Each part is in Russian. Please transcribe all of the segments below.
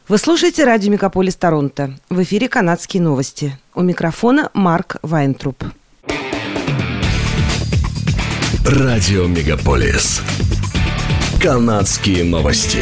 Вы слушаете радио «Мегаполис Торонто». В эфире канадские новости. У микрофона Марк Вайнтруп. Радио «Мегаполис». Канадские новости.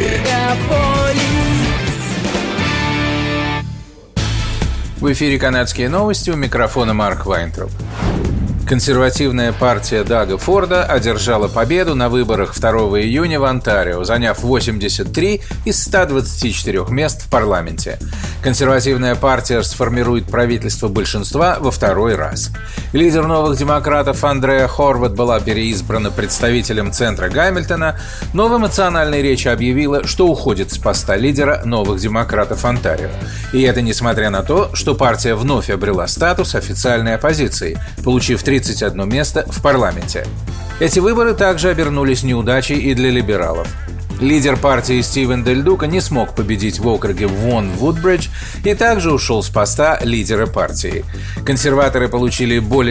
В эфире канадские новости. У микрофона Марк Вайнтруп. Консервативная партия Дага Форда одержала победу на выборах 2 июня в Онтарио, заняв 83 из 124 мест в парламенте. Консервативная партия сформирует правительство большинства во второй раз. Лидер новых демократов Андреа Хорват была переизбрана представителем центра Гамильтона, но в эмоциональной речи объявила, что уходит с поста лидера новых демократов Онтарио. И это несмотря на то, что партия вновь обрела статус официальной оппозиции, получив 31 место в парламенте. Эти выборы также обернулись неудачей и для либералов. Лидер партии Стивен Дель Дука не смог победить в округе Вон-Вудбридж и также ушел с поста лидера партии. Консерваторы получили более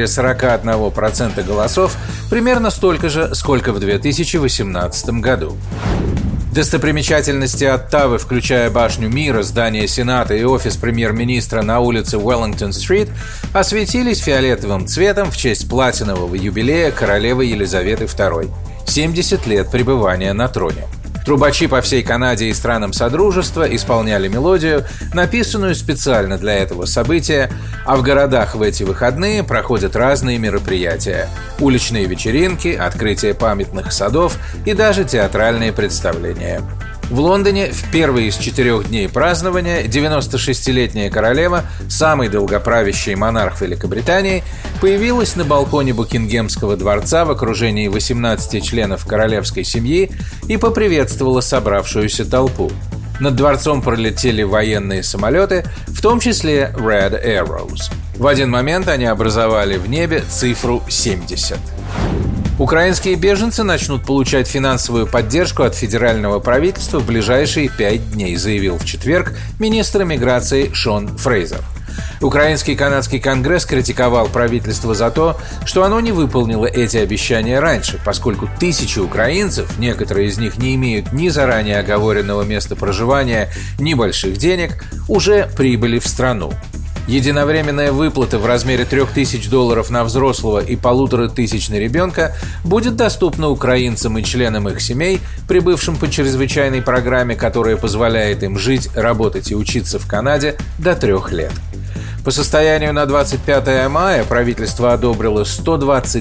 41% голосов, примерно столько же, сколько в 2018 году. Достопримечательности Оттавы, включая Башню Мира, здание Сената и офис премьер-министра на улице Уэллингтон-стрит, осветились фиолетовым цветом в честь платинового юбилея королевы Елизаветы II – 70 лет пребывания на троне. Трубачи по всей Канаде и странам Содружества исполняли мелодию, написанную специально для этого события, а в городах в эти выходные проходят разные мероприятия – уличные вечеринки, открытие памятных садов и даже театральные представления. В Лондоне в первый из 4 дней празднования 96-летняя королева, самый долгоправящий монарх Великобритании, появилась на балконе Букингемского дворца в окружении 18 членов королевской семьи и поприветствовала собравшуюся толпу. Над дворцом пролетели военные самолеты, в том числе Red Arrows. В один момент они образовали в небе цифру 70. Украинские беженцы начнут получать финансовую поддержку от федерального правительства в ближайшие 5 дней, заявил в четверг министр иммиграции Шон Фрейзер. Украинский и канадский конгресс критиковал правительство за то, что оно не выполнило эти обещания раньше, поскольку тысячи украинцев, некоторые из них не имеют ни заранее оговоренного места проживания, ни больших денег, уже прибыли в страну. Единовременная выплата в размере $3000 на взрослого и 1500 на ребенка будет доступна украинцам и членам их семей, прибывшим по чрезвычайной программе, которая позволяет им жить, работать и учиться в Канаде до 3 лет. По состоянию на 25 мая правительство одобрило 120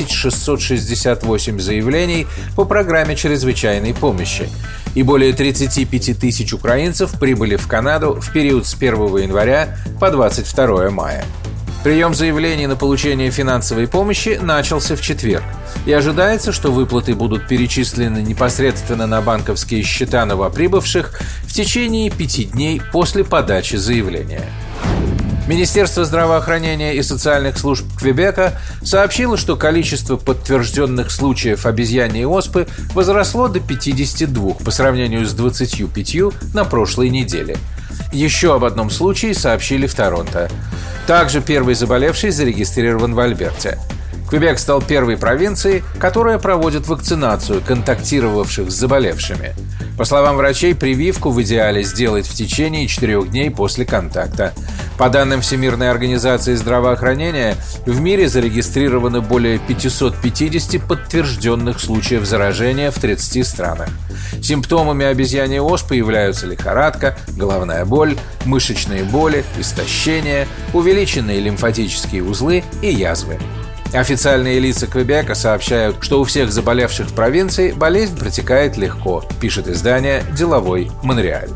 668 заявлений по программе чрезвычайной помощи, и более 35 тысяч украинцев прибыли в Канаду в период с 1 января по 22 мая. Прием заявлений на получение финансовой помощи начался в четверг, и ожидается, что выплаты будут перечислены непосредственно на банковские счета новоприбывших в течение 5 дней после подачи заявления. Министерство здравоохранения и социальных служб Квебека сообщило, что количество подтвержденных случаев обезьяньей оспы возросло до 52 по сравнению с 25 на прошлой неделе. Еще об одном случае сообщили в Торонто. Также первый заболевший зарегистрирован в Альберте. Квебек стал первой провинцией, которая проводит вакцинацию контактировавших с заболевшими. По словам врачей, прививку в идеале сделать в течение 4 дней после контакта. По данным Всемирной организации здравоохранения, в мире зарегистрировано более 550 подтвержденных случаев заражения в 30 странах. Симптомами обезьяньей оспы являются лихорадка, головная боль, мышечные боли, истощение, увеличенные лимфатические узлы и язвы. Официальные лица Квебека сообщают, что у всех заболевших в провинции болезнь протекает легко, пишет издание «Деловой Монреаль».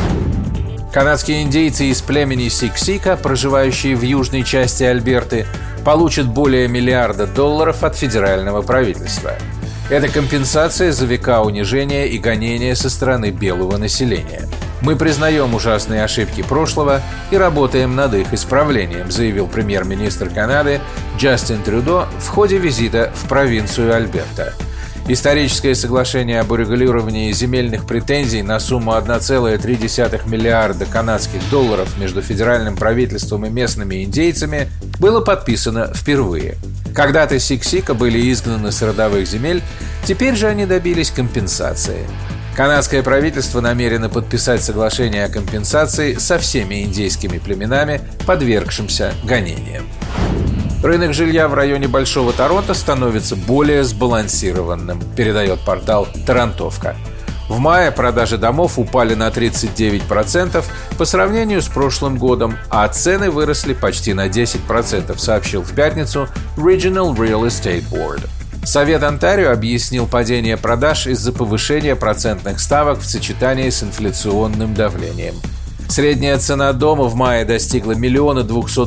Канадские индейцы из племени Сиксика, проживающие в южной части Альберты, получат более $1 миллиарда от федерального правительства. Это компенсация за века унижения и гонения со стороны белого населения. «Мы признаем ужасные ошибки прошлого и работаем над их исправлением», заявил премьер-министр Канады Джастин Трюдо в ходе визита в провинцию Альберта. Историческое соглашение об урегулировании земельных претензий на сумму $1,3 миллиарда канадских долларов между федеральным правительством и местными индейцами было подписано впервые. Когда-то Сиксика были изгнаны с родовых земель, теперь же они добились компенсации. Канадское правительство намерено подписать соглашение о компенсации со всеми индейскими племенами, подвергшимся гонениям. Рынок жилья в районе Большого Торонто становится более сбалансированным, передает портал «Тарантовка». В мае продажи домов упали на 39% по сравнению с прошлым годом, а цены выросли почти на 10%, сообщил в пятницу Regional Real Estate Board. Совет Онтарио объяснил падение продаж из-за повышения процентных ставок в сочетании с инфляционным давлением. Средняя цена дома в мае достигла $1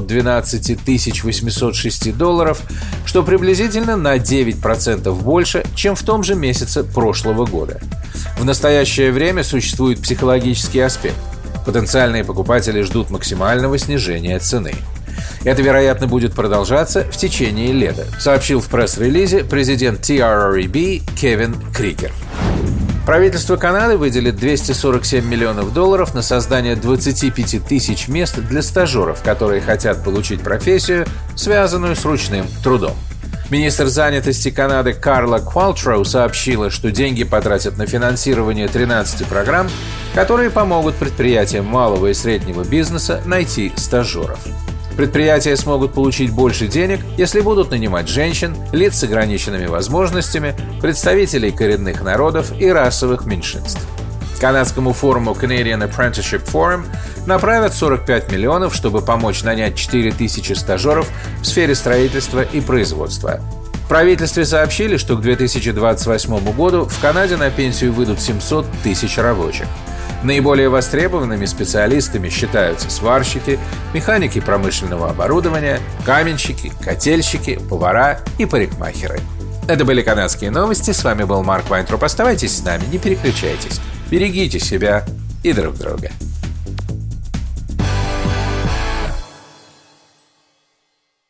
212 806, что приблизительно на 9% больше, чем в том же месяце прошлого года. В настоящее время существует психологический аспект. Потенциальные покупатели ждут максимального снижения цены. Это, вероятно, будет продолжаться в течение лета, сообщил в пресс-релизе президент TRREB Кевин Крикер. Правительство Канады выделит $247 миллионов на создание 25 тысяч мест для стажеров, которые хотят получить профессию, связанную с ручным трудом. Министр занятости Канады Карла Квалтроу сообщила, что деньги потратят на финансирование 13 программ, которые помогут предприятиям малого и среднего бизнеса найти стажеров. Предприятия смогут получить больше денег, если будут нанимать женщин, лиц с ограниченными возможностями, представителей коренных народов и расовых меньшинств. Канадскому форуму Canadian Apprenticeship Forum направят 45 миллионов, чтобы помочь нанять 4000 стажеров в сфере строительства и производства. В правительстве сообщили, что к 2028 году в Канаде на пенсию выйдут 700 тысяч рабочих. Наиболее востребованными специалистами считаются сварщики, механики промышленного оборудования, каменщики, котельщики, повара и парикмахеры. Это были канадские новости. С вами был Марк Вайнтроп. Оставайтесь с нами, не переключайтесь. Берегите себя и друг друга.